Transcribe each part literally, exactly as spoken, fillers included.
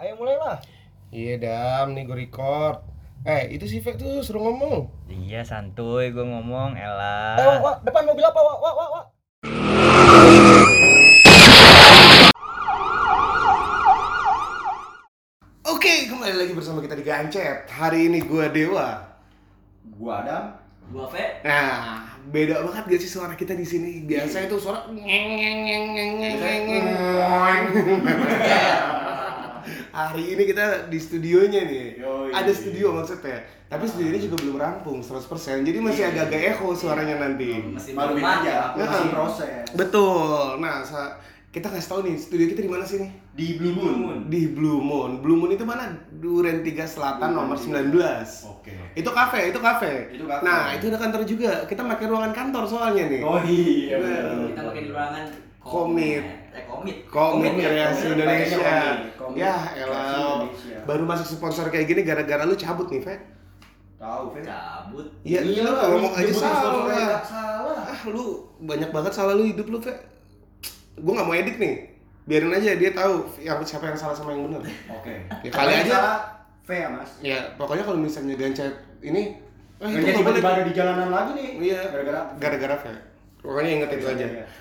Ayo mulailah. Iya dam, nih gue record. Eh itu si Fek tuh suruh ngomong. Iya santuy gue ngomong, elah. Eh, wak, wak, depan mobil apa, wak, wak, wak, wak. Oke, kembali lagi bersama kita di Gancet. Hari ini gue Dewa. Gua Adam. Gua Fe. Nah, beda banget gak sih suara kita di sini? Biasanya tuh suara ngeng ngeng ngeng ngeng ngeng ngeng ngeng. Hari ini kita di studionya nih. Yoi. Ada studio maksudnya. Tapi studio ini juga belum rampung seratus persen. Jadi masih agak-agak echo suaranya nanti. Masih Malumin belum aja, aja. masih Nah. proses. Betul. Nah, sa- kita kasih tahu nih, studio kita di mana sih nih? Di Blue Moon. Di Blue Moon. Blue Moon itu mana? Duren tiga Selatan nomor sembilan belas. Oke. Itu kafe, itu kafe. Itu kafe. Nah, itu ada kantor juga. Kita pakai ruangan kantor soalnya nih. Oh iya. Nah. bener. Kita pakai di ruangan Komit. Eh komit. Komit ya? Kreasi Komit, Indonesia. pakainya Komit. Komit Ya, Kreasi elah. Indonesia. Baru masuk sponsor kayak gini gara-gara lu cabut nih, Fe. Tahu, Fe. Cabut. Iya, Iya, lu lu ngomong aja nyebutin sponsor salah. nggak salah. Ah, lu banyak banget salah lu hidup lu, Fe. Gua nggak mau edit nih. Biarin aja dia tahu yang siapa yang salah sama yang benar. Oke. Ya, kali Yang aja. salah, Fe ya, Mas. Ya, pokoknya kalau misalnya Gancet ini eh, Yang itu nggak boleh. tiba-tiba ada di jalanan lagi nih. Iya, Gara-gara gara-gara Fe. Pokoknya inget itu aja. Iya.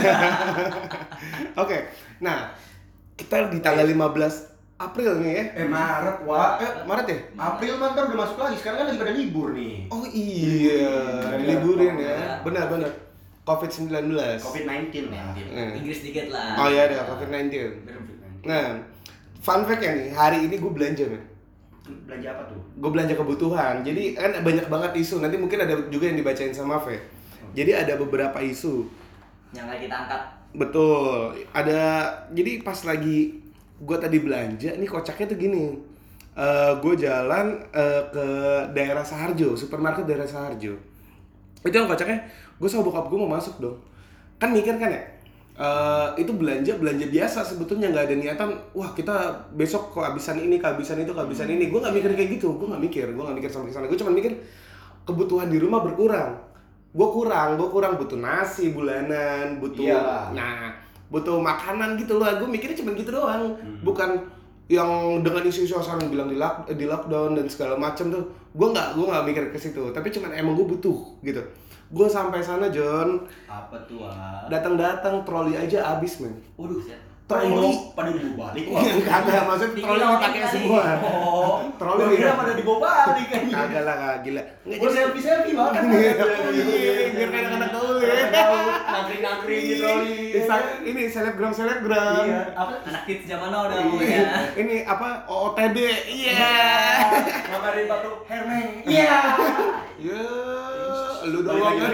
Oke, nah kita di tanggal lima belas April nih ya. Eh Maret, Wak. Eh, Maret ya? April kan kan udah masuk lagi. Sekarang kan lagi pada libur nih. Oh iya, Gara-gara liburin corona. ya. Benar-benar. covid sembilan belas. covid sembilan belas lah. Hmm. Inggris dikit lah. Oh iya ada covid sembilan belas. Nah, fun fact ya nih, hari ini gue belanja men. Belanja apa tuh? Gue belanja kebutuhan. Jadi kan banyak banget isu. Nanti mungkin ada juga yang dibacain sama Fe. Jadi ada beberapa isu. Yang lagi kita angkat. Betul. Ada jadi pas lagi gue tadi belanja, nih kocaknya tuh gini. Eh gue jalan eh, ke daerah Saharjo, supermarket daerah Saharjo. Itu yang kocaknya, gue sama bokap gue mau masuk dong. Kan mikir kan ya, eh, itu belanja belanja biasa sebetulnya nggak ada niatan. Wah kita besok kehabisan ini, kehabisan itu, kehabisan ini. Gue nggak mikir kayak gitu. Gue nggak mikir, gue nggak mikir sampai kesana. Gue cuma mikir kebutuhan di rumah berkurang. Gue kurang, gue kurang butuh nasi bulanan, butuh, Iyalah. nah butuh makanan gitu loh. Gue mikirnya cuma gitu doang, Hmm. bukan yang dengan isu-isu orang bilang di, lock, di lockdown dan segala macam tuh. Gue nggak, gue nggak mikir ke situ. Tapi cuman emang gue butuh gitu. Gue sampai sana John, Apa tuh, Wak? datang-datang troli aja abis men. Waduh, ya. Troli, pada dibawa balik, Wak. kagak maksudnya troli Dikira dipakai orang semua. Oh, Troli gua kira ya. pada dibawa balik kan. Kagak lah, kagak gila. Nggak Gua jadi- selfie selfie banget. Iya, biar kayak anak-anak gaul ya. Nangkring nangkring di troli. Insta- ini selebgram selebgram. Iya, apa? Anak kids zaman now udah Iya. punya. Ini apa O O T D? Iya. Ngabarin batu Hermes. Iya. Ya, lu doang kan.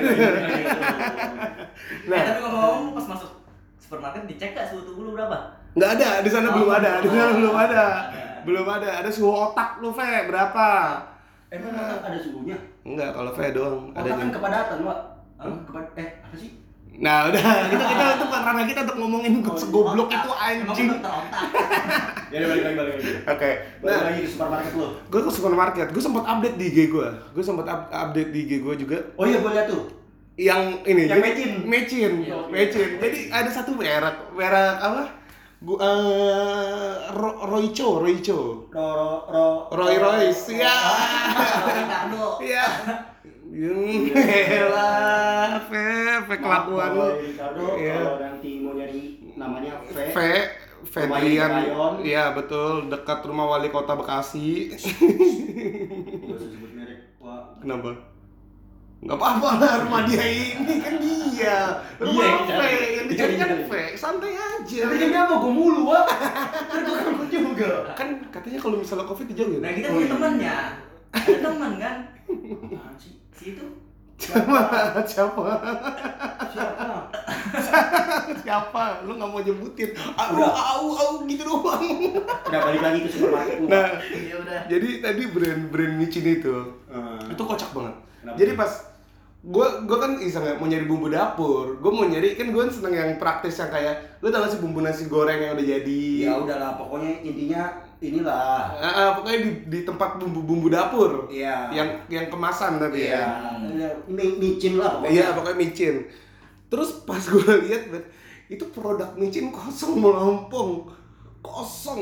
Nah, Nah, tapi ngomong-ngomong pas masuk supermarket dicek gak suhu tubuh lu berapa? nggak ada di sana, Oh, belum ada. Di sana belum ada. ada. Belum ada. Ada suhu otak lu, Fe, berapa? Emang ada suhunya? Enggak, kalau Fe doang ada Otak kan nih. kepadatan, Wak. Hah? Kepad eh apa sih? Nah, udah. Kita kita itu karena kita untuk ngomongin segoblok itu Emang anjing. dokter otak. Ya udah balik lagi balik lagi. Oke. Balik Nah, lagi ke supermarket lu. gue ke supermarket. Gue sempat update di I G gue. Gue sempat up- update di I G gue juga. Oh iya, gua lihat tuh. Yang ini Yang jadi- mecin. mecin Iya, mecin jadi ada satu merek merek apa gua uh, Ro, Royco Royco Ro ro ro Roy Royce ya Ricardo. ya Yelah, Fe, Fe kelakuan lu. Ricardo, Iya. kalau nanti mau nyari namanya V. Fe, Fedrian, Rumahnya di Rayon. iya betul, dekat rumah wali kota Bekasi. Gua usah sebut merek, Wak. Kenapa? Nggak apa-apa lah, rumah dia ini kan dia. Rumah Iya, Fe, iya. yang dicari kan Iya, iya. Fe, santai aja. Tapi kan dia mau gua mulu, Wak. Kan gua kan juga. Kan katanya kalau misalnya covid dijauhin. Nah, kita Oh, punya iya. temannya. Ada teman kan? Apaan sih? Si itu. Siapa? Siapa? Siapa? Siapa? Lu nggak mau nyebutin? Au, Udah. au, au gitu doang. Udah balik lagi ke supermarket lu. Nah, Ya udah. jadi tadi brand-brand micin itu, Eh, itu kocak banget. Kenapa? Jadi pas gue gue kan iseng ya, mau nyari bumbu dapur, gue mau nyari kan gue seneng yang praktis yang kayak lu tau gak sih bumbu nasi goreng yang udah jadi. ya udahlah, pokoknya intinya inilah. Ah, ah, pokoknya di, di tempat bumbu-bumbu dapur. Iya. Yang yang kemasan tapi Iya. ya. Mi- micin lah pokoknya. Iya, pokoknya micin. Terus pas gue lihat, Bet, itu produk micin kosong melompong. Kosong.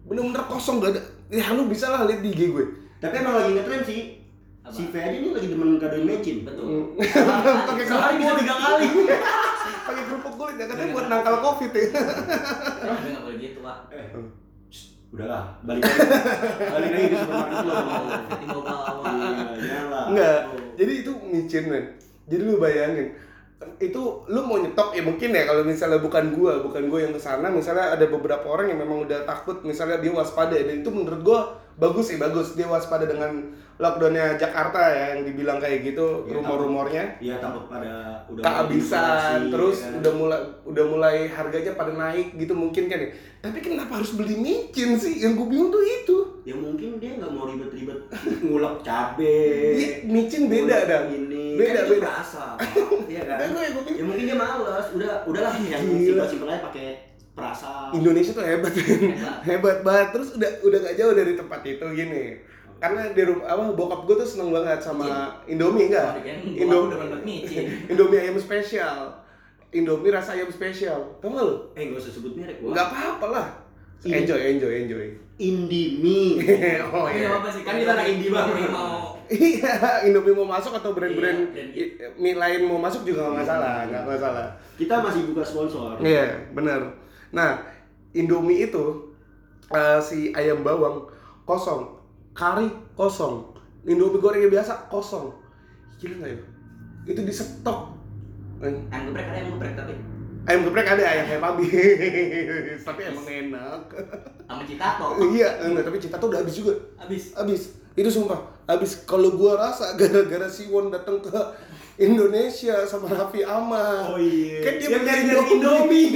bener-bener kosong, gak ada. Ya lu bisa lah lihat di I G gue. Tapi emang lagi ngetren sih. Apa? Si V aja nih lagi demen kadoin mecin. Betul. Pakai Sehari bisa tiga kali. pakai kerupuk kulit ya katanya buat nangkal covid ya. Tapi nggak boleh gitu, Pak. Eh, udahlah, balik lagi. Balik lagi ke supermarket lo. Timbal bawah. Iya, nyala. Enggak. Jadi itu micin men. Jadi lu bayangin itu lu mau nyetok ya mungkin ya kalau misalnya bukan gua, bukan gua yang kesana, misalnya ada beberapa orang yang memang udah takut, misalnya dia waspada dan itu menurut gua bagus sih bagus dia waspada dengan lockdownnya Jakarta ya yang dibilang kayak gitu Ya, rumor-rumornya. Iya, takut pada udah Kehabisan, inflasi, terus ya kan? udah mulai udah mulai harganya pada naik gitu mungkin kan ya. Tapi kenapa harus beli micin sih? Yang gue bingung tuh itu. Ya mungkin dia nggak mau ribet-ribet ngulek cabe. Iya, micin beda dah. Ini Beda, kan itu beda. perasa. Iya kan? Kan gue yang gue Ya mungkin dia males. Udah udahlah yang Gila. simpel-simpel aja pakai perasa. Indonesia tuh hebat, Hebat. hebat banget. Terus udah udah gak jauh dari tempat itu gini. Karena di rumah apa bokap gue tuh seneng banget sama Indomie enggak? Oh, kan Indomie, Indomie udah banget micin. Indomie ayam spesial. Indomie rasa ayam spesial. Tau gak lu? Eh, nggak usah sebut merek gua. Enggak apa-apa lah. Ini- Enjoy, enjoy, enjoy. Indomie. Oh Tapi iya. nggak apa sih, Kan kita anak indie banget. Indomie mau Iya, Indomie mau masuk atau brand-brand Iya, brand i- mie lain mau masuk juga nggak masalah, nggak masalah. Kita masih buka sponsor. Iya, benar. Nah, Indomie itu eh, si ayam bawang kosong, kari kosong, Indomie gorengnya biasa kosong. Gila nggak ya? Itu di stok. Eh, ayam geprek ada ayam geprek tapi Ayam geprek ada, ayam kayak babi. Tapi emang enak. sama Citato Iya, enggak, tapi Cita tuh udah habis juga. habis. Habis. Itu sumpah, habis. Kalau gua rasa gara-gara Siwon datang ke Indonesia sama Raffi Ahmad. Oh iya. Kan dia Yang beli dari Indomie.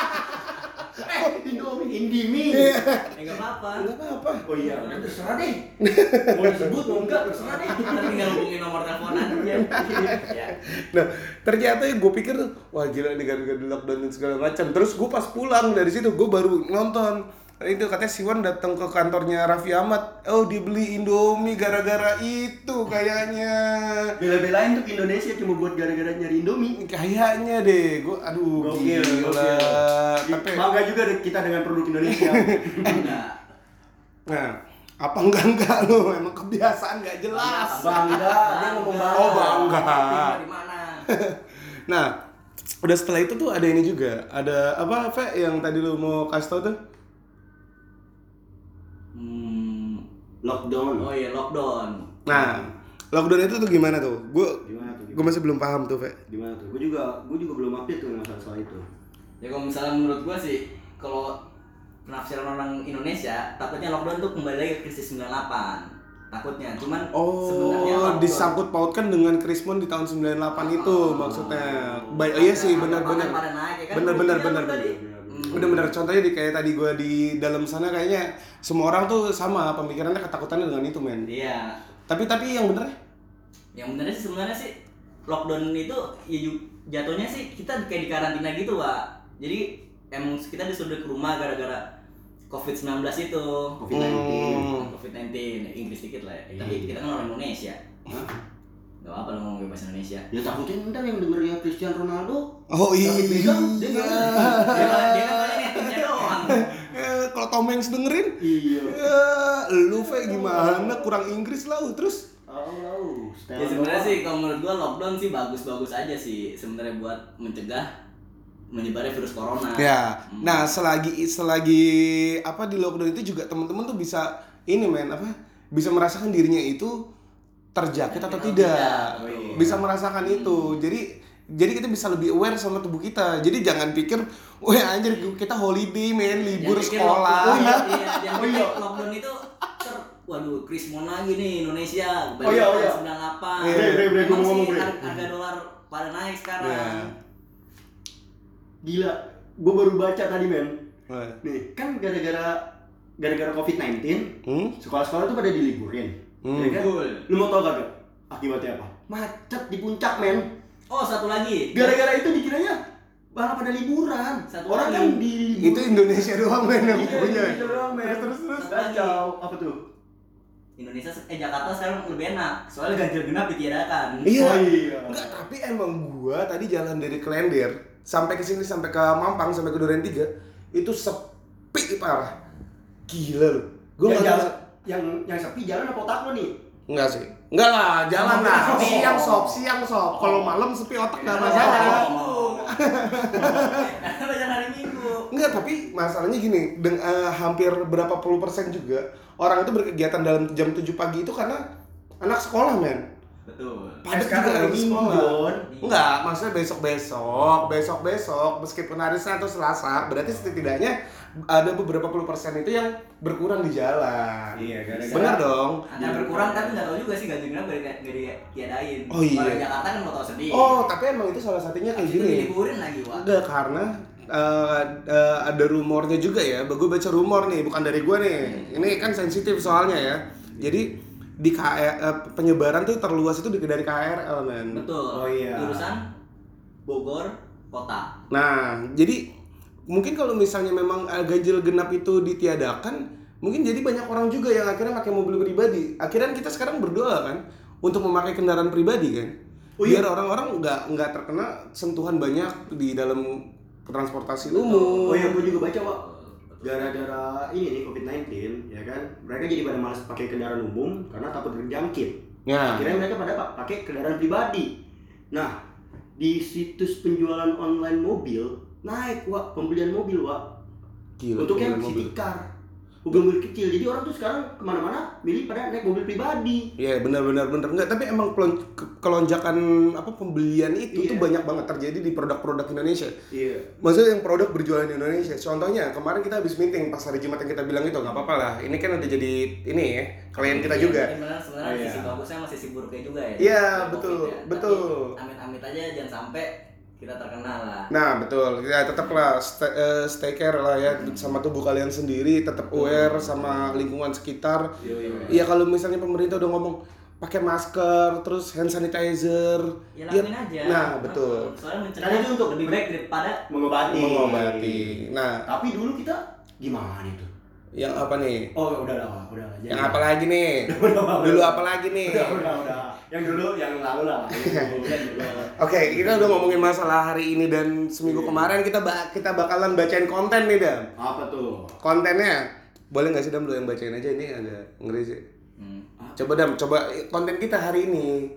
Eh, Indomie, Indomie. Iya. Eh nggak apa-apa. Enggak apa-apa. Oh iya, udah terserah deh. Mau disebut mau enggak terserah deh. Ntar tinggal hubungin nomor teleponan aja. Ya. Nah, ternyata yang gue pikir tuh, wah gila nih gara-gara di lockdown dan segala macam. Terus gue pas pulang dari situ, gue baru nonton. Itu katanya Siwon datang ke kantornya Raffi Ahmad. Oh, dia beli Indomie gara-gara itu kayaknya. Bela-belain tuh ke Indonesia cuma buat gara-gara nyari Indomie. Kayaknya deh, gue aduh Gokil, gila. gokil. Tapi Bangga juga deh kita dengan produk Indonesia. Enggak. nah, apa enggak enggak lo? Emang kebiasaan enggak jelas. Bangga, dia ngomong bangga. Oh, bangga. Tinggal di mana? Nah, udah setelah itu tuh ada ini juga. Ada apa, Fe, yang tadi lu mau kasih tau tuh? Hmm. Lockdown. Oh iya lockdown. Nah, lockdown itu tuh gimana tuh? Gue Gimana tuh? gue masih belum paham tuh, Fe. Gimana tuh? Gue juga gue juga belum update tuh masalah soal itu. Ya kalau misalnya menurut gua sih kalau penafsiran orang Indonesia takutnya lockdown tuh kembali lagi ke krisis sembilan puluh delapan. Takutnya. Cuman sebenarnya Oh, lockdown- disangkut pautkan dengan Krismon di tahun sembilan puluh delapan itu Oh. maksudnya. Baik, oh iya sih, Harga- benar-benar. harga pada naik, ya kan? Benar-benar Iya, benar tadi. benar. Hmm. Bener-bener contohnya di kayak tadi gue di dalam sana kayaknya semua orang tuh sama pemikirannya ketakutannya dengan itu men. Iya. Tapi tapi yang bener Yang benernya sih sebenarnya sih lockdown itu ya ju- jatuhnya sih kita kayak di karantina gitu, Pak. Jadi emang kita disuruh ke rumah gara-gara covid sembilan belas itu. covid sembilan belas. Hmm. covid sembilan belas Inggris dikit lah ya. Iya. Tapi kita kan orang Indonesia. Hah? Gak apa-apa lo ngomong bahasa Indonesia. Ya takutnya ntar yang dengernya Cristiano Ronaldo. Oh iya. David Beckham, dia nggak ngerti. Dia kan dia kan paling nettingnya doang. Eh, kalau Tom Hanks dengerin, Iya. eh, lu Fe gimana kurang Inggris lah terus. Oh, Ya sebenarnya sih kalau menurut gua lockdown sih bagus-bagus aja sih sebenarnya buat mencegah menyebarnya virus corona. Ya, Hmm. nah selagi selagi apa di lockdown itu juga teman-teman tuh bisa ini men apa bisa merasakan dirinya itu terjangkit atau Atau tidak, tidak. Oh, iya. bisa merasakan Hmm. itu. Jadi jadi kita bisa lebih aware sama tubuh kita. Jadi jangan pikir, wah anjir kita holiday men, libur Jangan pikir sekolah. lockdown- Oh iya, iya, jangan Oh pikir iya. lockdown itu ter, waduh, Krismon lagi nih Indonesia. Oh iya, oh iya. sembilan puluh delapan. Iya, bre, bre, Emang ngomong, sih bre. har- harga dolar pada naik sekarang. Iya. Gila, gue baru baca tadi men. Wah. Nih, kan gara-gara gara-gara covid sembilan belas, Hmm? sekolah-sekolah tuh pada diliburin. Hmm. Ya kan? Betul. Lu mau tau kagak? Akibatnya apa? Macet di puncak men. Oh, satu lagi. Gara-gara itu dikiranya malah pada liburan. Satu Orang lagi. kan di Itu Indonesia doang men yang Iya, punya. Indonesia doang, men. Terus terus. Satu lagi. Kacau. Apa tuh? Indonesia eh Jakarta sekarang lebih enak. Soalnya ganjil genap ditiadakan. Iya. Oh, iya. Enggak, tapi emang gua tadi jalan dari Klender sampai ke sini sampai ke Mampang sampai ke Duren tiga itu sepi parah. Gila lu. Gue yang, nggak jalan, tahu. yang yang sepi jalan apa otak lo nih? Enggak sih. Enggak lah, jalan lah. Oh. Siang sob, siang sob. Kalau malam sepi otak nggak masalah. Karena banyak hari Minggu. Enggak, tapi masalahnya gini, deng- eh, hampir berapa puluh persen juga orang itu berkegiatan dalam jam tujuh pagi itu karena anak sekolah, men. Betul. Padat Sekarang juga hari anak Minggu, sekolah. Don. Enggak, maksudnya besok-besok, besok-besok meskipun hari Senin atau Selasa, berarti setidaknya ada beberapa puluh persen itu yang berkurang di jalan. Iya, gara-gara- Benar dong. Ada berkurang tapi nggak tahu juga sih ganjil genap gak di tiadain. Oh, iya. Orang Jakarta kan mau tahu sedih. Oh, tapi emang itu salah satunya kayak Itu gini. diliburin lagi, Wak. Enggak, karena uh, uh, ada rumornya juga ya. Gue baca rumor nih, bukan dari gue nih. Ini kan sensitif soalnya ya. Jadi di K R, uh, penyebaran tuh terluas itu di- dari K R L, men. Betul. Oh, iya. Jurusan Bogor kota. Nah, jadi mungkin kalau misalnya memang uh, ganjil genap itu ditiadakan, mungkin jadi banyak orang juga yang akhirnya pakai mobil pribadi. Akhirnya kita sekarang berdoa kan untuk memakai kendaraan pribadi kan. Oh, iya. Biar orang-orang nggak nggak terkena sentuhan banyak di dalam transportasi umum. Oh ya, gue juga baca, Wak. Gara-gara ini nih covid sembilan belas, ya kan, mereka jadi pada malas pakai kendaraan umum karena takut terjangkit. Ya. Akhirnya mereka pada pa- pakai kendaraan pribadi. Nah, di situs penjualan online mobil naik, Wak, pembelian mobil, Wak. Gila, Untuk yang pembelian mobil. city car, mobil kecil. Jadi orang tuh sekarang kemana-mana milih pada naik mobil pribadi. Iya, benar-benar benar enggak, tapi emang pelon- ke- kelonjakan apa pembelian itu Iya. tuh banyak banget terjadi di produk-produk Indonesia. Iya. Maksudnya yang produk berjualan di Indonesia. Contohnya kemarin kita habis meeting pas hari Jumat yang kita bilang itu nggak apa-apa lah. Ini kan udah jadi ini ya klien kita Iya, juga. Sebenarnya sebenarnya Oh, iya. sisi bagusnya masih sisi buruknya juga ya. Iya, Covid betul, ya. Tapi betul. Amit-amit aja jangan sampai kita terkenal lah. Nah betul, ya tetaplah stay, eh, stay care lah ya sama tubuh kalian sendiri, tetap aware sama lingkungan sekitar. Iya kalau misalnya pemerintah udah ngomong pakai masker, terus hand sanitizer, Ya ya, lakuin aja. nah betul, Soalnya mencegah Karena itu untuk lebih baik daripada mengobati. mengobati. Nah Tapi dulu kita gimana itu? yang apa nih? Oh, udah lah, udah lah. Yang apa lagi nih? Udah, udah, Dulu udah. apa lagi nih? Udah, udah, udah. Yang dulu, yang lalu lah. Dulu, kan dulu. Oke, kita udah ngomongin masalah hari ini dan seminggu kemarin kita ba- kita bakalan bacain konten nih, Dam. Apa tuh? Kontennya boleh nggak sih, Dam, lu yang bacain aja, ini agak ngeri sih. hmm. Coba, Dam, coba konten kita hari ini.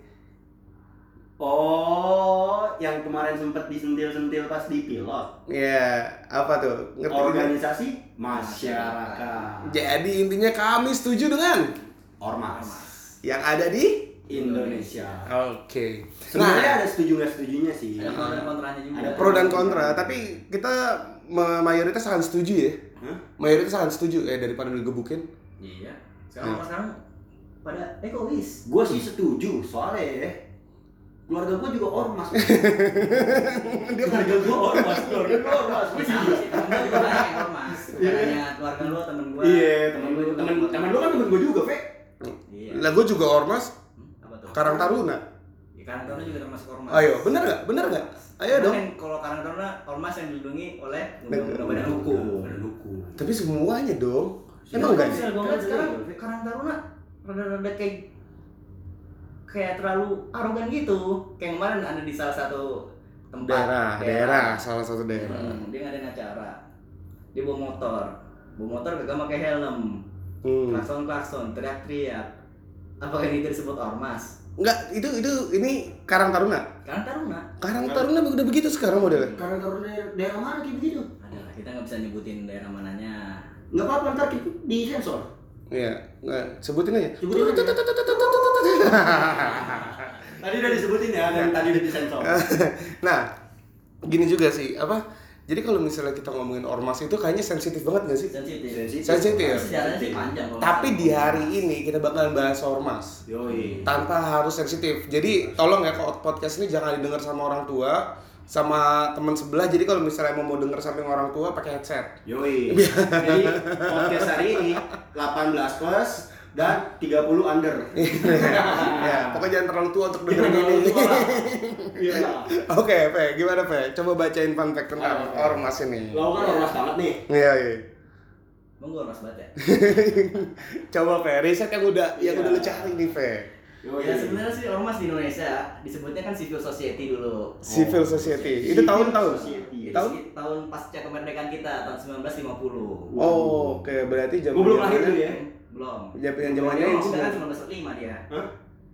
Oh, yang kemarin sempat disentil-sentil pas di pilot. Ya, apa tuh? Ngerti nggak? Organisasi masyarakat. Jadi intinya kami setuju dengan Ormas yang ada di Indonesia. Oke. Sebenarnya Nah, ada setuju nggak setujunya sih. Ada pro dan kontranya juga. Ada pro dan kontra, tapi kita ma- mayoritas sangat setuju ya. Hah? Mayoritas sangat setuju ya daripada digebukin. Iya. Sekarang orang sekarang pada egois. Gue sih setuju, soalnya ya, keluarga gue juga ormas. Dia keluarga gue ormas, keluarga gue ormas. Sama sih, temen gue juga banyak yang ormas. Bukannya keluarga lu, temen gue. Iya, temen gue, temen temen lu kan temen gue juga, Fe. Iya. Lah gue juga ormas Hmm, Apa tuh? Karang Taruna. Ya, Karang Taruna juga termasuk ormas. Ayo, bener nggak? Bener nggak? Ayo Cuman dong. yang Kalau Karang Taruna ormas yang dilindungi oleh Negara. undang-undang badan hukum. Badan hukum. Tapi semuanya dong. Emang Emang enggak bisa sih? gue ngeliat sekarang Karang Taruna rada-rada kayak kayak terlalu arogan gitu. Kayak kemarin ada di salah satu tempat Daerah, daerah, salah satu daerah. Hmm, dia ngadain acara. Dia bawa motor. Bawa motor kagak pakai helm. Hmm. Klakson-klakson, teriak-teriak. Apakah itu disebut ormas? Enggak, itu itu ini Karang Taruna. Karang Taruna. Karang Taruna udah begitu sekarang modelnya. Karena Taruna daerah mana kayak begitu? Adalah kita nggak bisa nyebutin daerah mananya. Nggak apa-apa, ntar kita di sensor. Iya, enggak sebutin aja. Sebutin aja. Tadi udah disebutin ya, dan tadi udah disensor. Nah, gini juga sih, apa? Jadi kalau misalnya kita ngomongin ormas itu kayaknya sensitif banget nggak sih? Sensitif. Sensitif ya? Sejarahnya sih panjang. kalau Tapi nggak di salah. hari ini kita bakalan bahas ormas Yoi. tanpa harus sensitif. Jadi tolong ya, kalau podcast ini jangan didengar sama orang tua, sama teman sebelah. Jadi kalau misalnya mau denger samping orang tua pakai headset. Yoi. Jadi podcast hari ini delapan belas plus dan tiga puluh under. Ya, pokoknya jangan terlalu tua untuk dengerin Jangan ini. terlalu tua. Iya. Oke, Pe, gimana Pe? Coba bacain fun fact tentang Ayo, ormas ini. Lo kan ormas banget nih. Iya, iya. Emang gue ormas banget ya? Coba Pe, riset yang udah yang Iya. udah lu cari nih Pe. Oh, Ya iya. sebenarnya sih ormas di Indonesia disebutnya kan civil society dulu. Civil society. Itu Civil tahun-tahun. society. Itu Tahun? seki- tahun pasca kemerdekaan kita tahun sembilan belas lima puluh. Oh, oke, berarti zaman Gua belum lahir dulu ya. Belum. Zaman zamannya Dia ini maksudnya kan sudah. sembilan belas lima dia. Hah?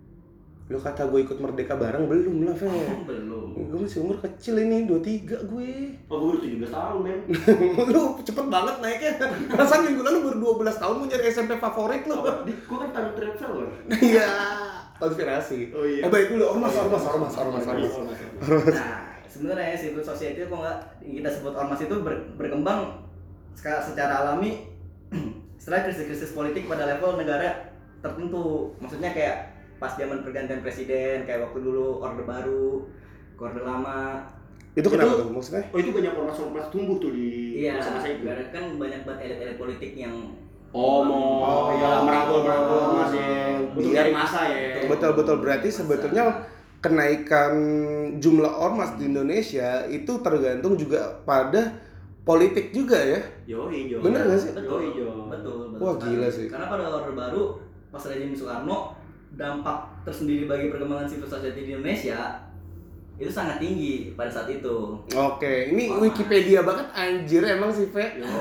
Lu kata gue ikut merdeka bareng belum lah, Fe. Oh, belum. Gue masih umur kecil ini, dua puluh tiga gue. Oh, gue udah tujuh belas tahun, men. Lu cepet banget naiknya. Perasaan minggu lalu baru dua belas tahun mau nyari S M P favorit lu. Gue kan time traveler. Iya, konspirasi. Oh, iya. Eh baik dulu, ormas, ormas, ormas, ormas, ormas. Nah, sebenarnya civil society kok nggak kita sebut ormas itu ber- berkembang secara, secara alami setelah krisis-krisis politik pada level negara tertentu. Maksudnya kayak pas zaman pergantian presiden, kayak waktu dulu Orde Baru, ke Orde Lama. Itu kenapa Itu- tuh maksudnya? Oh, itu banyak ormas-ormas tumbuh tuh di Iya, masa-masa itu. karena kan banyak banget elit-elit politik yang Oh, mau Oh, ya merangkul-merangkul ormas ya. Untuk Iya. dari masa ya. Betul betul berarti sebetulnya kenaikan jumlah ormas di Indonesia itu tergantung juga pada politik juga ya. Yoi, yoi. Bener nggak sih? Betul, Yoi, yoi. betul, betul. Wah, sekali. gila sih. Karena pada Orde Baru pas rezim Soekarno dampak tersendiri bagi perkembangan civil society di Indonesia itu sangat tinggi pada saat itu. Oke, ini Wah. Wikipedia banget anjir emang sih, Fe. Yoi.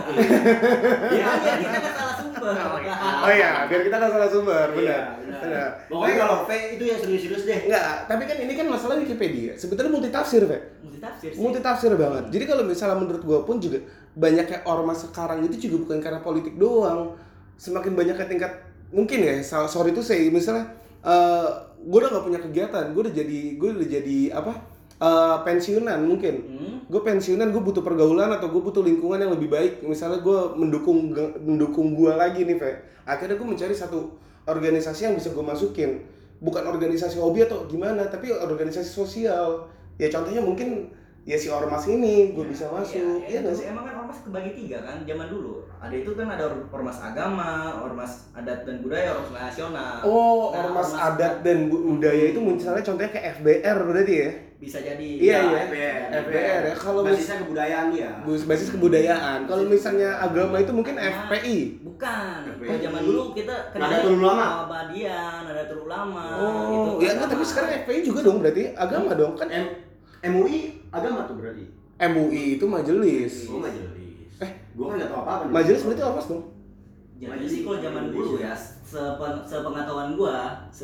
Ya, biar kita nggak salah sumber. Oh iya, biar kita nggak salah sumber, benar. Iya, benar. Benar. Pokoknya kalau V itu yang serius-serius deh. Enggak, tapi kan ini kan masalah Wikipedia. Sebetulnya multitafsir, Fe. Multitafsir sih. Multitafsir banget. Jadi kalau misalnya menurut gua pun juga banyaknya ormas sekarang itu juga bukan karena politik doang. Semakin banyaknya tingkat mungkin ya, so- sorry tuh saya misalnya eh gua udah nggak punya kegiatan, gua udah jadi gua udah jadi apa? eh, pensiunan mungkin. Hmm? Gue pensiunan, gue butuh pergaulan atau gue butuh lingkungan yang lebih baik. Misalnya gue mendukung mendukung gue lagi nih, Fe. Akhirnya gue mencari satu organisasi yang bisa gue masukin. Bukan organisasi hobi atau gimana, tapi organisasi sosial. Ya contohnya mungkin ya si ormas ini gue bisa masuk. Iya, Iya nggak itu sih? emang kan ormas kebagi tiga kan zaman dulu. Ada itu kan ada or- ormas agama, ormas adat dan budaya, ormas nasional. Oh, Nah, ormas adat dan bu- budaya itu misalnya contohnya kayak F B R berarti ya? bisa jadi. Iya, Ya, iya. F B R. F B R ya. Kalau mis- basisnya kebudayaan dia. bus- basis kebudayaan. Kalau misalnya agama itu mungkin F P I. Bukan. F B I. Kalau zaman dulu kita Nadatul Ulama. Muhammadiyah, Nadatul Ulama. Oh, itu ya enggak, tapi agama. sekarang F P I juga dong berarti agama dong kan? M M U I agama tuh berarti. M U I itu majelis. Oh, majelis. Eh, gua kan enggak tahu apa-apa. nih. Majelis berarti ormas dong. Jadi sih kalau zaman dulu ya, sepen, sepengetahuan gua, se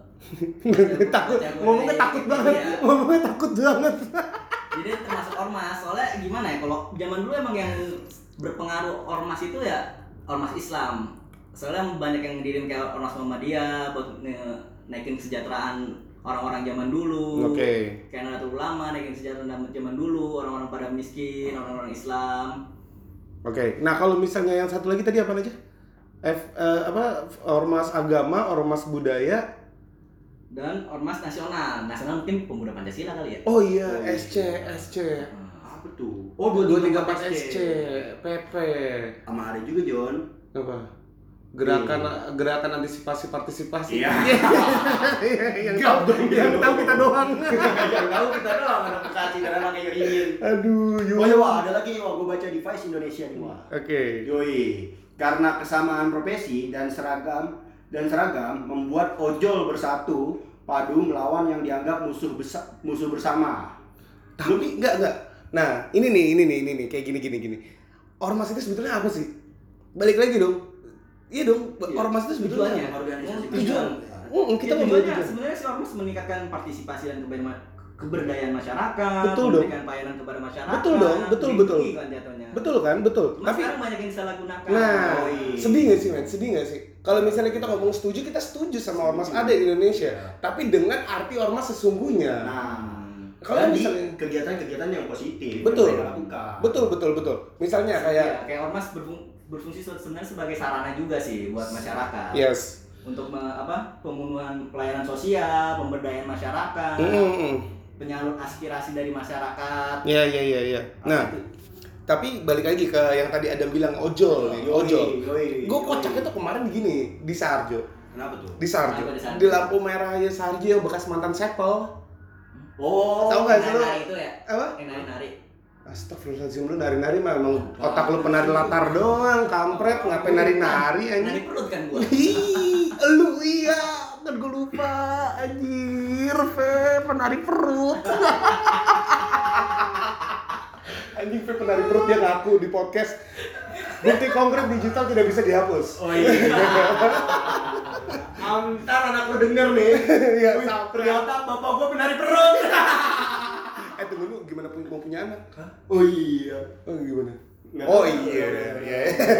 takut, baca gua ngomongnya dari takut banget, Wikipedia. ngomongnya takut banget. Jadi termasuk ormas. Soalnya gimana ya, kalau zaman dulu emang yang berpengaruh ormas itu ya ormas Islam. Soalnya banyak yang ngedirin kayak ormas Muhammadiyah buat nge- naikin kesejahteraan orang-orang zaman dulu. Oke. Kayak Nadatul Ulama naikin kesejahteraan zaman dulu, orang-orang pada miskin, orang-orang Islam. Oke, nah kalau misalnya yang satu lagi tadi apa aja? F eh, apa ormas agama, ormas budaya. Dan ormas nasional. Nasional mungkin pemuda Pancasila kali ya. Oh iya, S C, S C. Apa tuh? Oh, dua tiga empat S C, P P. Sama ada juga, John. Apa? Gerakan gerakan antisipasi partisipasi. Iya. Iya, yang tahu yang tahu kita doang. Yang tahu kita doang anak Bekasi karena pakai ringin. Aduh, yuk. Oh ya, Wah, ada lagi Wah, gua baca di Vice Indonesia nih, Wah. Oke. Yoi, karena kesamaan profesi dan seragam dan seragam membuat ojol bersatu padu melawan yang dianggap musuh besa- musuh bersama. Tapi enggak enggak. Nah, ini nih, ini nih, ini nih kayak gini gini gini. Ormas itu sebetulnya apa sih? Balik lagi dong. Iya dong, Iya. ormas itu sebetulnya Tujuannya. apa? Organisasi Tujuan. besar. Oh, kita Ya, mau tujuannya tujuan. sebenarnya si ormas meningkatkan partisipasi dan keberma- keberdayaan masyarakat, Betul dong. memberikan pelayanan kepada masyarakat. Betul dong, betul, betul. melindungi kan jatuhnya. Betul kan? Betul. Cuma Tapi sekarang banyak yang disalahgunakan. nah, Oh, iya. sedih gak sih, men? Sedih gak sih? Kalau misalnya kita ngomong setuju, kita setuju sama ormas ada di Indonesia. Iya. Tapi dengan arti ormas sesungguhnya. Nah, Kalau kalau di misalnya- kegiatan-kegiatan yang positif Betul. yang mereka lakukan. Betul, betul, betul. Misalnya Iya, kayak kayak ormas berfung- berfungsi se- sebenarnya sebagai sarana juga sih buat masyarakat. yes. Untuk me- apa? Pemenuhan pelayanan sosial, pemberdayaan masyarakat, Mm-mm. penyalur aspirasi dari masyarakat. Iya, iya, iya, iya. Nah, tapi balik lagi ke yang tadi Adam bilang ojol nih, ojol. Yoi, yoi, Gue yoi. kocaknya tuh kemarin gini di Sarjo, Kenapa tuh? di Sarjo, Kenapa di Sarjo? di lampu merahnya Sarjo yang bekas mantan sepel. Oh, Tahu nggak sih lu? Nari-nari itu ya? Apa? Yang nari-nari. Astagfirullahaladzim, lu nari-nari mah emang otak lu penari latar doang, kampret, ngapain nari-nari Nari anjing. perut kan gua. Ih, lu iya, kan gue lupa. Anjir, Fe, penari perut. Anjing, Fe penari perut dia ngaku di podcast. Bukti konkret digital tidak bisa dihapus. Oh iya. Ntar anak lu denger nih. Iya, Wih, sampai. ternyata bapak gua penari perut. Eh, tunggu dulu, gimana pun mau punya anak? Hah? Oh iya. Oh, gimana? Nggak Oh tahu. iya, iya.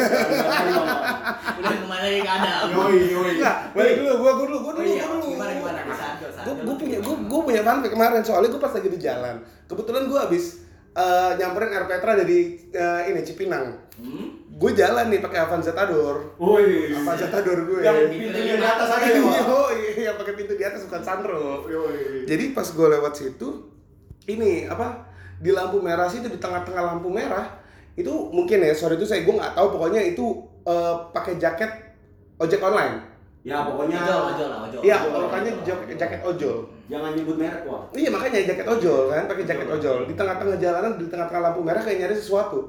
Udah kembali lagi ke Adam. Yoi, yoi. Enggak, balik dulu, gua gua dulu, gua Oh dulu, iya, gua dulu. gimana gimana Sanjo, Sanjo. Gue punya gue gue punya fun fact kemarin, soalnya gue pas lagi di jalan kebetulan gue habis uh, nyamperin Air Petra dari uh, ini Cipinang. Hmm? Gue jalan nih pakai Avanza Tador. Woi. Avanza Tador gue. Yang pintunya di atas aja ya, Pak. Oh iya, yang pakai pintu di atas bukan sunroof. Yoi. Jadi pas gue lewat situ, ini apa di lampu merah situ, di tengah-tengah lampu merah itu mungkin ya sore itu saya gue nggak tahu, pokoknya itu uh, pakai jaket ojek online. Ya pokoknya Ojol, ojol lah, ojol. Iya, Ojol, pokoknya ojol. jaket, jaket ojol. jangan nyebut merek, wah. Iya, makanya jaket ojol kan, pakai jaket ojol. Di tengah-tengah jalanan, di tengah-tengah lampu merah kayak nyari sesuatu.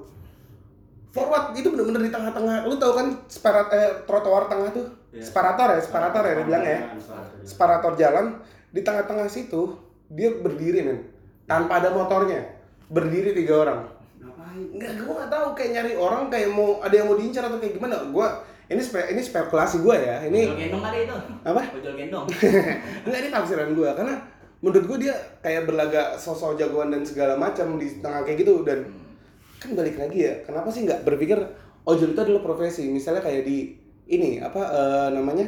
Forward itu bener-bener di tengah-tengah. Lu tahu kan separat eh, trotoar tengah tuh? Iya. Separator ya, separator ya dia bilang ya. Separator. Separator jalan di tengah-tengah situ dia berdiri men, tanpa ada motornya. Berdiri tiga orang. Ngapain? Enggak, gua nggak tahu kayak nyari orang, kayak mau ada yang mau diincar atau kayak gimana. Gua ini spe, ini spekulasi gua ya. Ini Ojol gendong kali itu. apa? Ojol gendong. Enggak, ini tafsiran gue, karena menurut gue dia kayak berlagak sosok jagoan dan segala macam di tengah kayak gitu. Dan kan balik lagi ya, kenapa sih nggak berpikir ojol itu adalah profesi? Misalnya kayak di ini apa eh, namanya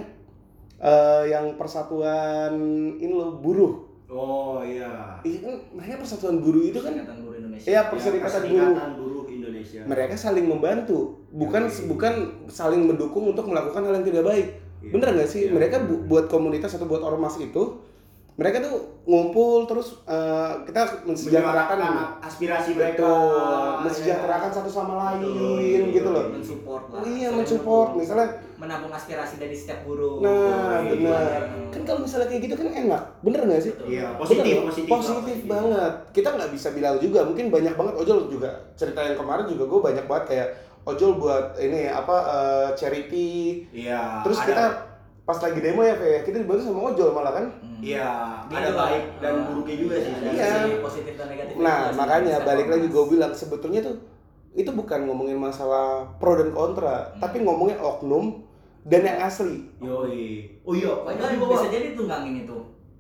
eh, yang persatuan ini loh, buruh. Oh iya. Iya kan, makanya persatuan buruh itu kan Perserikatan Buruh Indonesia. iya Ya, perserikatan buruh. Perserikatan Buruh Indonesia. Mereka saling membantu, bukan Iya. bukan saling mendukung untuk melakukan hal yang tidak baik. Iya. Bener nggak sih? Iya. Mereka bu- buat komunitas atau buat ormas itu, mereka tuh ngumpul terus eh, kita mensejahterakan Menyuarakan aspirasi mereka. betul, mensejahterakan satu sama lain Betul, gitu loh. Mensupport lah. Oh iya, Saling mensupport. mendukung. Misalnya, Menabung aspirasi dari setiap buruh. nah iya, benar. iya. Kan kalau misalnya kayak gitu kan enak, bener nggak sih? Betul. Iya, Bener positif, nggak? positif. positif banget. Kita nggak bisa bilang juga, mungkin banyak banget ojol juga. Cerita yang kemarin juga gue banyak banget kayak ojol buat ini apa eh, charity. Iya. Terus ada- kita pas lagi demo ya, Fe, kita dibantu sama ojol malah kan. Hmm. Iya, Gitu ada lah. baik dan Ah, buruknya juga sih. ada Iya. sisi positif dan negatif. Nah, juga sih. makanya Bisa balik lagi ormas. gue bilang sebetulnya tuh itu bukan ngomongin masalah pro dan kontra, Hmm. tapi ngomongin oknum dan yang asli. Yoi. Oh iya, Padahal juga, bisa Pak. jadi tunggangin itu.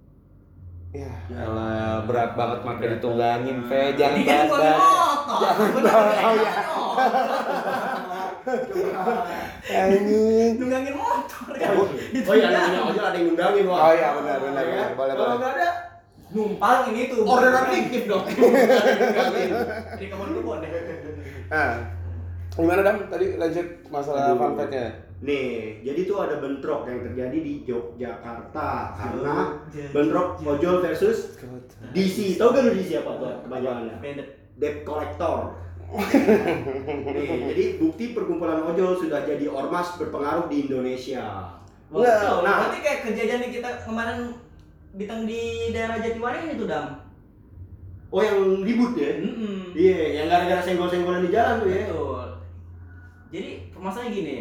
Ya, Ya. elah, berat banget makanya ditunggangin, Fe. Ini kan bahas- bukan bahas. motor. Jangan Bener, bahas. bener, Oh, iya. Anjing. Tunggangin motor kan. Oh iya, namanya ojol ada yang ngundangin, wah. Oh iya, benar, benar, Ya. benar. Boleh, Kalau boleh. nggak ada, Numpang ini tuh. orderan fiktif dong. Ngundangin. Di kebun-kebun deh. Nah, gimana Dam? Tadi lanjut masalah Aduh. fun fact-nya. Nih, jadi tuh ada bentrok yang terjadi di Yogyakarta karena bentrok ojol versus D C. Tahu gak lu D C apa tuh kepanjangannya? Bandit. Debt collector. Nih, jadi bukti perkumpulan ojol sudah jadi ormas berpengaruh di Indonesia. Enggak, Betul. nah. Berarti kayak kejadian yang kita kemarin bintang di daerah Jatiwaringin itu, Dam. Oh, yang ribut ya? Mm-mm. Iya, yang gara-gara senggol-senggolan di jalan tuh ya. Betul. Jadi permasalahannya gini,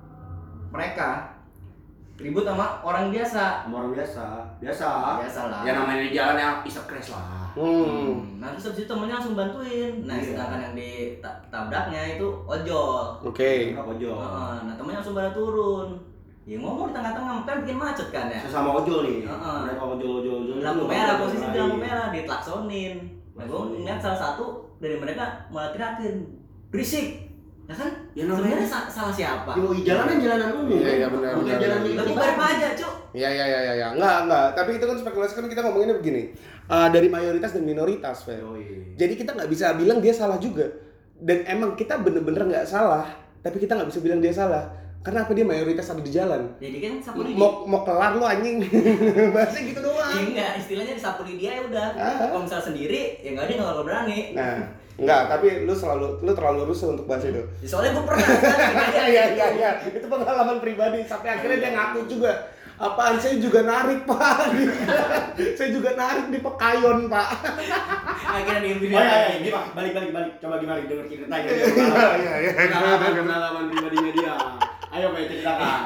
mereka ribut sama orang biasa. Sama orang biasa, biasa. Biasa lah. Ya namanya di jalan ya bisa crash lah. Hmm. Nah terus habis itu temennya langsung bantuin. Nah Iya. sedangkan yang ditabraknya itu ojol. Oke. Bentrok ojol. Heeh, nah temennya langsung pada turun. Ya ngomong di tengah-tengah kan bikin macet kan ya. Sesama ojol nih. Heeh. Mereka ojol-ojol-ojol. Di lampu itu merah, ojol posisi di lain. lampu merah ditlaksonin. Nah gue Klaksonin. ngeliat salah satu dari mereka malah teriakin berisik. Ya kan? Ya namanya- Sebenarnya sa- salah siapa? Yoi, jalanan jalanan umum. Iya, iya, benar, Bukan benar, jalan benar. milik Lebih pribadi. bayar pajak, Cuk. Iya, iya, iya, iya. Enggak, enggak. Tapi itu kan spekulasi, kan kita ngomonginnya begini. Eh, dari mayoritas dan minoritas, Fe. Yoi. Jadi kita nggak bisa bilang dia salah juga. Dan emang kita bener-bener nggak salah, tapi kita nggak bisa bilang dia salah. Karena apa, dia mayoritas ada di jalan. Jadi kan sapu lidi. Mau mau kelar lu anjing. Bahasnya gitu Ya doang. enggak, istilahnya disapu lidi aja udah. Ah. Kalau misalnya sendiri, ya enggak dia enggak bakal berani. Nah, enggak, tapi lu selalu lu terlalu rusuh untuk bahas itu. Ya, soalnya gue pernah kan. Iya, iya, iya. Itu pengalaman pribadi sampai akhirnya dia ngaku juga. Apaan, saya juga narik, Pak. Saya juga narik di Pekayon, Pak. Akhirnya dia Oh video. iya, iya, gimana? Balik balik balik. Coba gimana denger ceritanya. Iya, iya. Pengalaman pengalaman pribadinya dia. Ayo Pak ceritakan.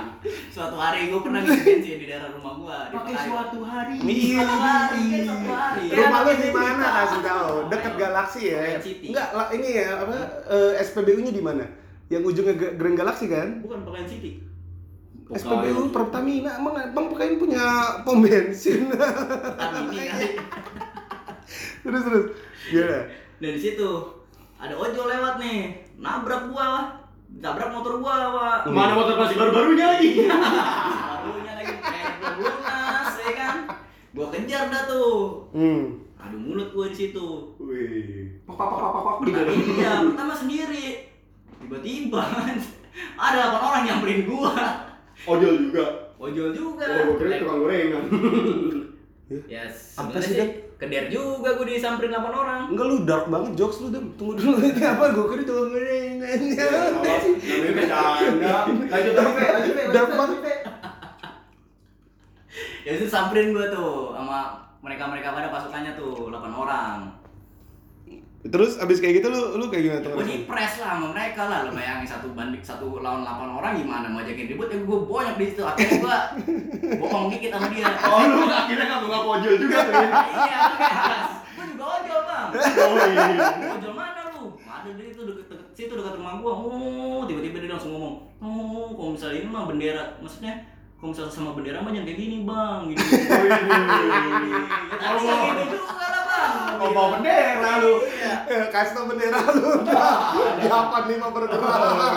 Suatu hari gue pernah ngisi bensin di daerah rumah gue. Pakai suatu hari. Iya. Suatu hari, kan suatu hari. Rumah lu di mana kasih tahu? Dekat Galaksi ya. Grand City. Enggak, lah ini ya apa eh, S P B U-nya di mana? Yang ujungnya G- Grand Galaksi kan? Bukan Pekan City. S P B U Pertamina, emang Bang Pekain punya pom bensin. Pertamina kali. Terus terus. Gimana? Dan di situ ada ojol lewat nih, nabrak gua, nabrak motor gua, Pak. Mana motor masih baru-barunya lagi? Barunya lagi kayak gua lunas, ya kan? Gua kejar dah tuh. Hmm. Adu mulut gua di situ. Wih. Pak pak pak pak pak gitu. Iya, pertama sendiri. Tiba-tiba ada delapan orang nyamperin gua. Ojol juga. Ojol juga. Oh, gue kira tukang gorengan. Ya, Apa sebenarnya sih, sih Dap? keder juga gua disamperin delapan orang. Enggak, lu dark banget jokes lu, Dam. Tunggu dulu, ini apa? Gue kira tukang gorengan. Namanya bercanda. Lanjut lagi, Pe. Lanjut, Pe. Dark Lanjut, banget. Pe. Ya itu samperin gua tuh sama mereka-mereka pada pasukannya tuh delapan orang. Terus abis kayak gitu lu lu kayak gimana tuh? Gue dipres lah sama mereka lah, lo bayangin satu banding satu lawan delapan orang gimana mau ajakin ribut ya gue banyak di situ akhirnya gue bohong dikit sama dia. Oh, lu akhirnya nggak ngaku ojol juga tuh. Iya, gue juga ojol bang. Oh iya. Ojol mana lu? Ada di itu deket, deket situ dekat rumah gue. Oh tiba-tiba dia langsung ngomong, oh kalau misalnya ini mah bendera, maksudnya kalau misalnya sama bendera mah jangan kayak gini bang. Gini. Oh iya. Tapi nggak gitu juga lah bang. Oh, bawa bendera lu. Iya. Eh, kasih tau bendera lu. delapan lima bergerak.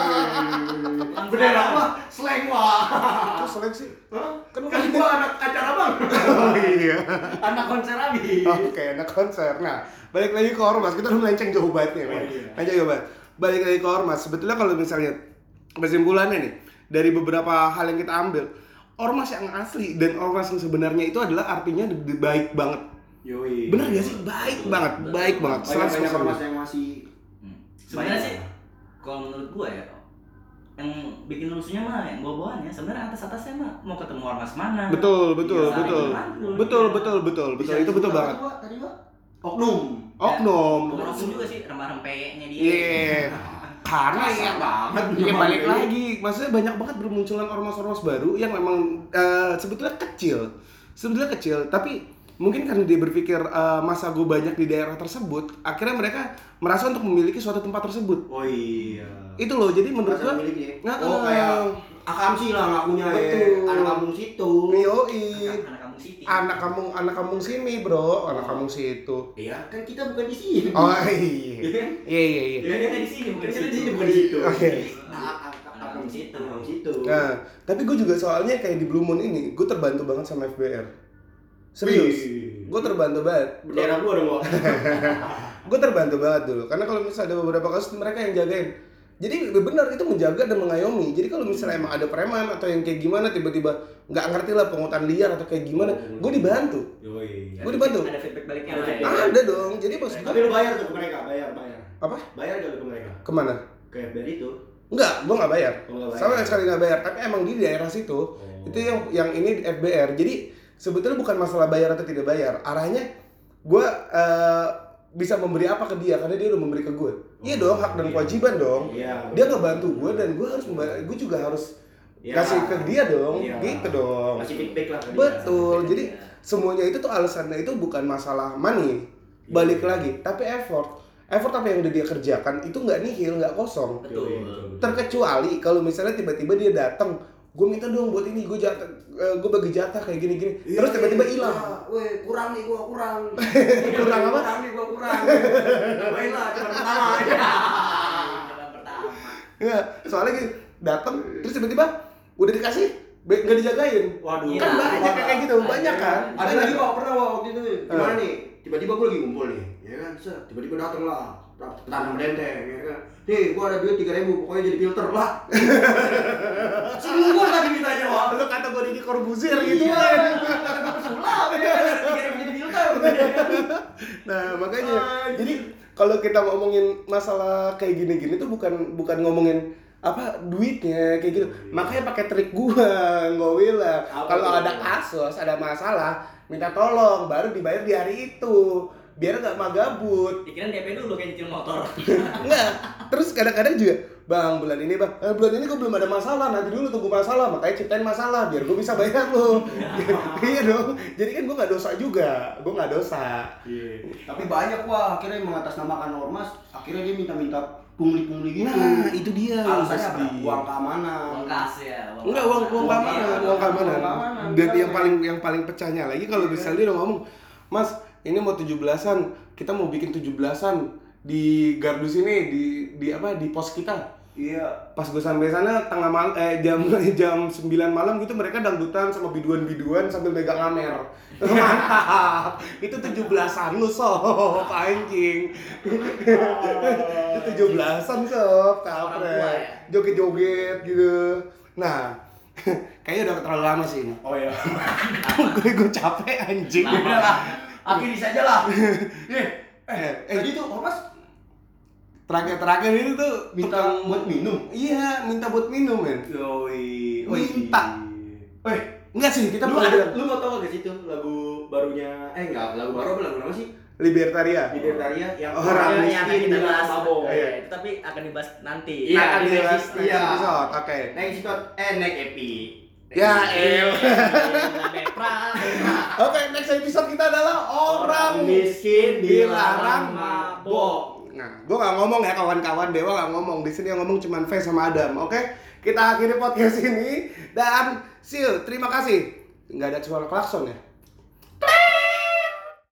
Bendera apa? Slang wah. Terus seleksi. Hah? Kan Kan gua anak acara bang. Oh iya. Anak konser abi. Oke, anak konser. Nah, balik lagi ke Ormas. Kita udah melenceng jauh banget nih. Oh, Bang. iya. Melenceng jauh banget. Balik lagi ke Ormas. Sebetulnya kalau misalnya kesimpulannya nih dari beberapa hal yang kita ambil, Ormas yang asli dan Ormas yang sebenarnya itu adalah artinya di- di- baik banget. Yoi. Bener gak sih? Baik banget, baik banget. Banyak seratus banyak persen. ormas yang masih Hmm. Sebenarnya sih kalau menurut gua ya yang bikin lusunya mah yang bawa-bawaannya sebenarnya atas-atasnya mah mau ketemu ormas mana. Betul, betul, Iya, betul. rangkul. Betul, betul, betul, betul. Itu betul banget. Tadi Pak, oknum. Oknum. Bukan oknum juga sih, rempah-rempehnya dia. Iya. Karena ya banget. ya balik lagi, maksudnya banyak banget bermunculan ormas-ormas baru yang memang eh, sebetulnya kecil, sebetulnya kecil, tapi mungkin karena dia berpikir eh, masa gue banyak di daerah tersebut, akhirnya mereka merasa untuk memiliki suatu tempat tersebut. Oh iya. Itu loh, jadi menurut Masa gue, memiliki. Nah, Oh eh, kayak Akamsi lah ngakunya ya. Betul. Anak kampung situ. yoi, Anak kampung City. anak kampung anak kampung sini bro, anak kampung situ. Iya, kan kita bukan di sini. Oh iya, iya iya iya. Ya kita di sini bukan di Kita di situ. sini bukan di situ. Oke. Nah, Anak situ. Anak situ. Nah, tapi gue juga soalnya kayak di Blue Moon ini, gue terbantu banget sama F B R. Serius, Wih. gue terbantu banget. Bendera gua dong, Pak. Gue terbantu banget dulu, karena kalau misalnya ada beberapa kasus mereka yang jagain. Jadi benar itu menjaga dan mengayomi. Jadi kalau misalnya emang ada preman atau yang kayak gimana tiba-tiba nggak ngerti lah pungutan liar atau kayak gimana, gue dibantu. Yoi. Gue dibantu. Ada feedback baliknya lah ya. Ada dong. Jadi maksud Tapi gue lu bayar tuh ke mereka, bayar, bayar. apa? Bayar gak lu ke mereka? Kemana? Ke F B R itu. Enggak, gue nggak bayar. Oh, nggak bayar. Sama sekali nggak bayar. Tapi emang di daerah situ itu yang yang ini F B R. Jadi sebetulnya bukan masalah bayar atau tidak bayar. Arahnya gue eh, bisa memberi apa ke dia karena dia udah memberi ke gue. Iya dong, hak dan kewajiban dong. Iya. Dia ngebantu gue dan gue harus membayar. Gue juga harus Iya. kasih ke dia dong, Iya. gitu dong. Kasih feedback lah ke dia. Betul. Feedback Jadi dia. semuanya itu tuh alasannya itu bukan masalah money, balik lagi, tapi effort. Effort apa yang udah dia kerjakan itu nggak nihil, nggak kosong. Betul. Terkecuali kalau misalnya tiba-tiba dia datang, gue minta dong buat ini, gue jatah, gue bagi jatah kayak gini-gini, terus tiba-tiba hilang. Weh, kurang nih gua kurang. Kurang apa? Kurang nih gua kurang. Cobain lah, cuma pertama. Jalan pertama. Ya, soalnya gitu, datang, terus tiba-tiba udah dikasih, be- nggak dijagain. Waduh. Kan Iya. banyak kayak gitu, banyak kan? Ada Banyak. lagi Pak, pernah Pak, waktu itu. Gimana Eh. nih? Tiba-tiba gua lagi ngumpul nih, ya kan? Set, tiba-tiba datang lah. Tanam denteng, ya kan? Nih, gua ada duit tiga ribu, pokoknya jadi filter lah. Semua tadi mintanya, Pak. Lu kata gue Deddy Corbuzier gitu Iya, kan. kata gua pesulap, ya. tiga ribu jadi filter. Nah, makanya jadi kalau kita ngomongin masalah kayak gini-gini tuh bukan bukan ngomongin apa duitnya kayak gitu. Makanya pakai trik gua, gua bilang Apa kalau tuh? ada kasus, ada masalah, minta tolong baru dibayar di hari itu. Biar nggak magabut. Dikirain D P dulu kayak nyicil motor. Enggak. Terus kadang-kadang juga bang bulan ini bang, eh, bulan ini gue belum ada masalah, nanti dulu tunggu masalah, makanya ciptain masalah biar gue bisa bayar lo. Iya dong, jadi kan gue nggak dosa juga, gue nggak dosa. Iya. Tapi banyak wah akhirnya yang mengatasnamakan ormas, akhirnya dia minta-minta pungli-pungli gitu. Nah itu dia. Alasannya apa? pasti. Uang keamanan. Uang kas ya. Enggak uang uang keamanan, iya, uang keamanan. uang keamanan. Dan Iya. yang paling yang paling pecahnya lagi kalau Iya. misalnya dia udah ngomong, Mas ini mau tujuh belasan, kita mau bikin tujuh belasan di gardu sini di di apa di pos kita. Iya. Pas gue sampai sana tengah mal eh jam jam sembilan malam gitu mereka dangdutan sama biduan-biduan sambil megang amer. Mantap. Itu tujuh belasan lu sok anjing. Itu tujuh belasan sok Orang tua kampret. ya? Joget-joget gitu. Nah, kayaknya udah terlalu lama sih ini. Oh iya. gue gue capek anjing. Ya udah lah. Akhiri saja lah. Eh, Eh, eh, tadi tuh ormas terakhir-terakhir ini tuh minta tukang- buat minum. Iya, minta buat minum, men. Yoi. Minta. Eh, Enggak sih, kita lu, bukan ada, bilang lu mau tau gak sih tuh lagu barunya? Eh enggak, lagu baru apa lagu nama sih? Libertaria. Libertaria yang Orang Yang yang akan miskin kita di bahas. mabok. Iya, itu tapi akan dibahas nanti. Iya, Akan di dibahas next- next iya. episode. Oke. Next episode, eh next epi. Ya, el. Bepra. Oke, next episode kita adalah orang miskin dilarang mabok. Nah, gue gak ngomong ya kawan-kawan, Dewa gak ngomong. Di sini yang ngomong cuma V sama Adam, oke? Kita akhiri podcast ini dan see you. Terima kasih. Nggak ada suara klakson ya?